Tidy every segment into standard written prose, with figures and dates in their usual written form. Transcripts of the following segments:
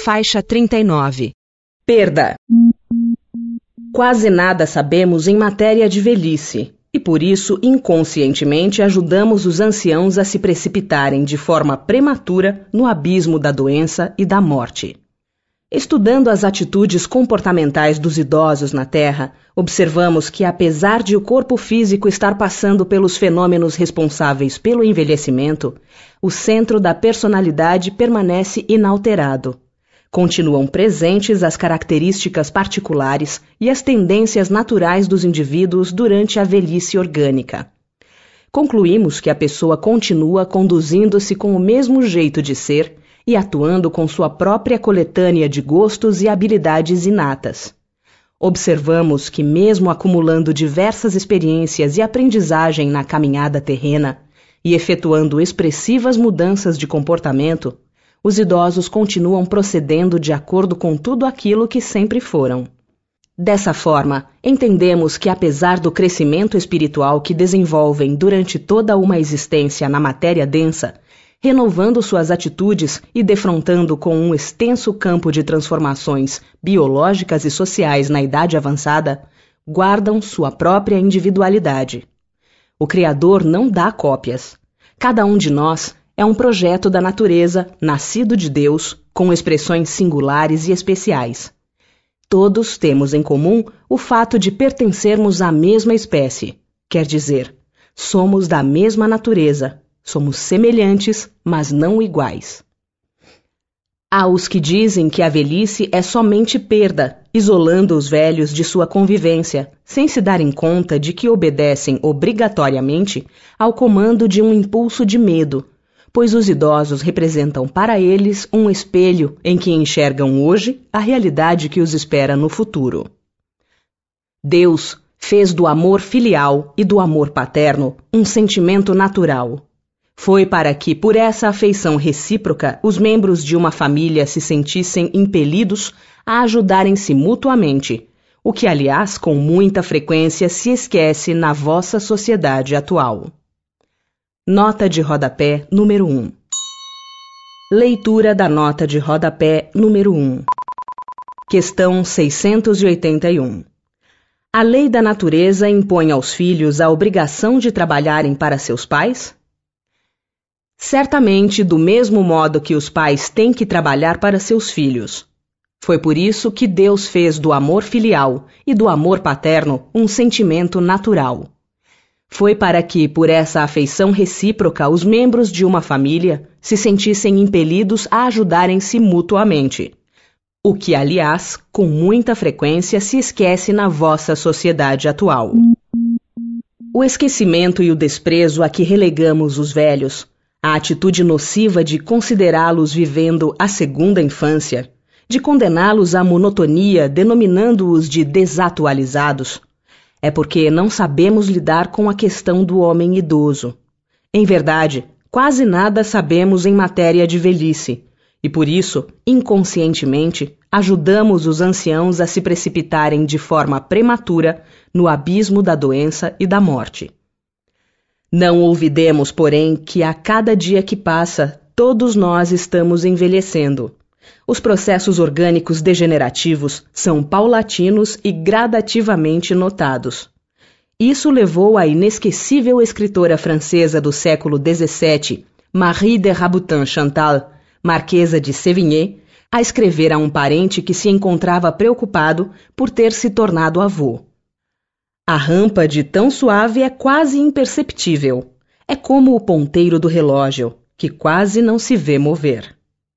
Faixa 39. Perda. Quase nada sabemos em matéria de velhice, e por isso inconscientemente ajudamos os anciãos a se precipitarem de forma prematura no abismo da doença e da morte. Estudando as atitudes comportamentais dos idosos na Terra, observamos que, apesar de o corpo físico estar passando pelos fenômenos responsáveis pelo envelhecimento, o centro da personalidade permanece inalterado. Continuam presentes as características particulares e as tendências naturais dos indivíduos durante a velhice orgânica. Concluímos que a pessoa continua conduzindo-se com o mesmo jeito de ser e atuando com sua própria coletânea de gostos e habilidades inatas. Observamos que, mesmo acumulando diversas experiências e aprendizagem na caminhada terrena e efetuando expressivas mudanças de comportamento, os idosos continuam procedendo de acordo com tudo aquilo que sempre foram. Dessa forma, entendemos que, apesar do crescimento espiritual que desenvolvem durante toda uma existência na matéria densa, renovando suas atitudes e defrontando com um extenso campo de transformações biológicas e sociais na idade avançada, guardam sua própria individualidade. O Criador não dá cópias. Cada um de nós é um projeto da natureza, nascido de Deus, com expressões singulares e especiais. Todos temos em comum o fato de pertencermos à mesma espécie, quer dizer, somos da mesma natureza. Somos semelhantes, mas não iguais. Há os que dizem que a velhice é somente perda, isolando os velhos de sua convivência, sem se darem conta de que obedecem obrigatoriamente ao comando de um impulso de medo, pois os idosos representam para eles um espelho em que enxergam hoje a realidade que os espera no futuro. Deus fez do amor filial e do amor paterno um sentimento natural. Foi para que, por essa afeição recíproca, os membros de uma família se sentissem impelidos a ajudarem-se mutuamente, o que, aliás, com muita frequência se esquece na vossa sociedade atual. Nota de rodapé número 1. Leitura da nota de rodapé número 1. Questão 681. A lei da natureza impõe aos filhos a obrigação de trabalharem para seus pais? Certamente, do mesmo modo que os pais têm que trabalhar para seus filhos. Foi por isso que Deus fez do amor filial e do amor paterno um sentimento natural. Foi para que, por essa afeição recíproca, os membros de uma família se sentissem impelidos a ajudarem-se mutuamente, o que, aliás, com muita frequência se esquece na vossa sociedade atual. O esquecimento e o desprezo a que relegamos os velhos, a atitude nociva de considerá-los vivendo a segunda infância, de condená-los à monotonia, denominando-os de desatualizados, é porque não sabemos lidar com a questão do homem idoso. Em verdade, quase nada sabemos em matéria de velhice, e por isso, inconscientemente, ajudamos os anciãos a se precipitarem de forma prematura no abismo da doença e da morte. Não olvidemos, porém, que a cada dia que passa, todos nós estamos envelhecendo. Os processos orgânicos degenerativos são paulatinos e gradativamente notados. Isso levou a inesquecível escritora francesa do século XVII, Marie de Rabutin-Chantal, Marquesa de Sévigné, a escrever a um parente que se encontrava preocupado por ter se tornado avô. A rampa de tão suave é quase imperceptível. É como o ponteiro do relógio, que quase não se vê mover.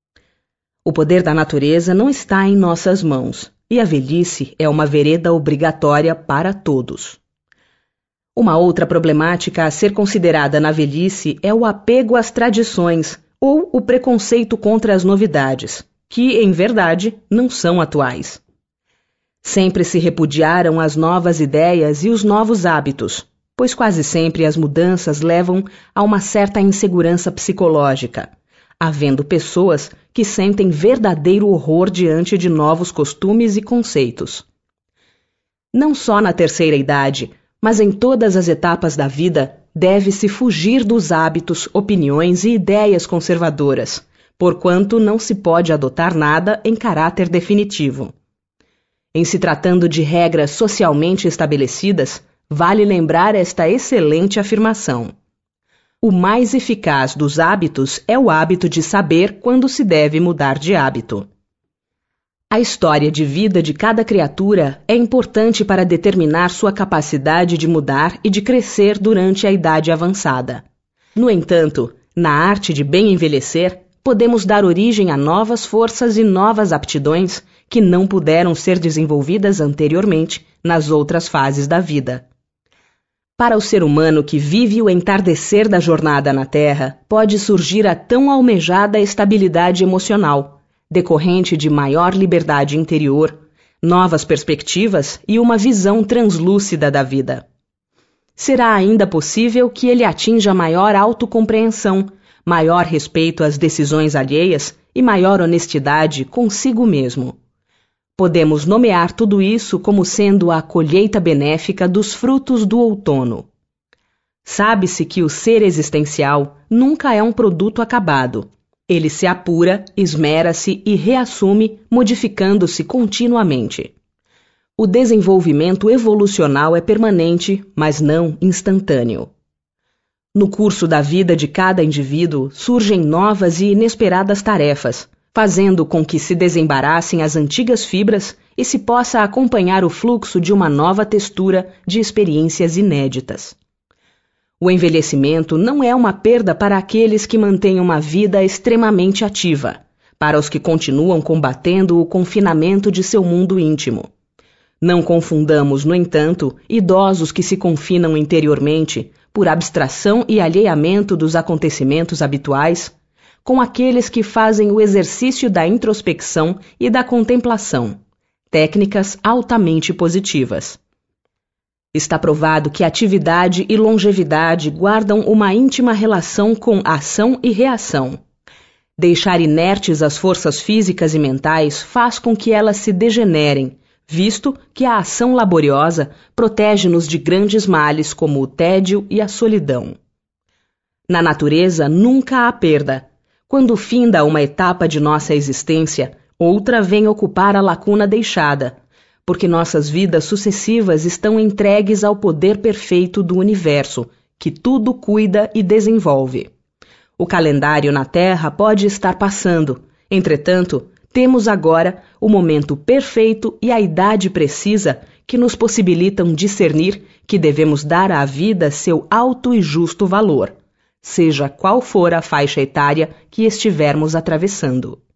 O poder da natureza não está em nossas mãos, e a velhice é uma vereda obrigatória para todos. Uma outra problemática a ser considerada na velhice é o apego às tradições ou o preconceito contra as novidades, que, em verdade, não são atuais. Sempre se repudiaram as novas ideias e os novos hábitos, pois quase sempre as mudanças levam a uma certa insegurança psicológica, havendo pessoas que sentem verdadeiro horror diante de novos costumes e conceitos. Não só na terceira idade, mas em todas as etapas da vida, deve-se fugir dos hábitos, opiniões e ideias conservadoras, porquanto não se pode adotar nada em caráter definitivo. Em se tratando de regras socialmente estabelecidas, vale lembrar esta excelente afirmação: o mais eficaz dos hábitos é o hábito de saber quando se deve mudar de hábito. A história de vida de cada criatura é importante para determinar sua capacidade de mudar e de crescer durante a idade avançada. No entanto, na arte de bem envelhecer, podemos dar origem a novas forças e novas aptidões que não puderam ser desenvolvidas anteriormente nas outras fases da vida. Para o ser humano que vive o entardecer da jornada na Terra, pode surgir a tão almejada estabilidade emocional, decorrente de maior liberdade interior, novas perspectivas e uma visão translúcida da vida. Será ainda possível que ele atinja maior autocompreensão, maior respeito às decisões alheias e maior honestidade consigo mesmo. Podemos nomear tudo isso como sendo a colheita benéfica dos frutos do outono. Sabe-se que o ser existencial nunca é um produto acabado. Ele se apura, esmera-se e reassume, modificando-se continuamente. O desenvolvimento evolucional é permanente, mas não instantâneo. No curso da vida de cada indivíduo surgem novas e inesperadas tarefas, fazendo com que se desembaracem as antigas fibras e se possa acompanhar o fluxo de uma nova textura de experiências inéditas. O envelhecimento não é uma perda para aqueles que mantêm uma vida extremamente ativa, para os que continuam combatendo o confinamento de seu mundo íntimo. Não confundamos, no entanto, idosos que se confinam interiormente, por abstração e alheamento dos acontecimentos habituais, com aqueles que fazem o exercício da introspecção e da contemplação, técnicas altamente positivas. Está provado que atividade e longevidade guardam uma íntima relação com ação e reação. Deixar inertes as forças físicas e mentais faz com que elas se degenerem, visto que a ação laboriosa protege-nos de grandes males como o tédio e a solidão. Na natureza nunca há perda. Quando finda uma etapa de nossa existência, outra vem ocupar a lacuna deixada, porque nossas vidas sucessivas estão entregues ao poder perfeito do universo, que tudo cuida e desenvolve. O calendário na Terra pode estar passando, entretanto, temos agora o momento perfeito e a idade precisa que nos possibilitam discernir que devemos dar à vida seu alto e justo valor, seja qual for a faixa etária que estivermos atravessando.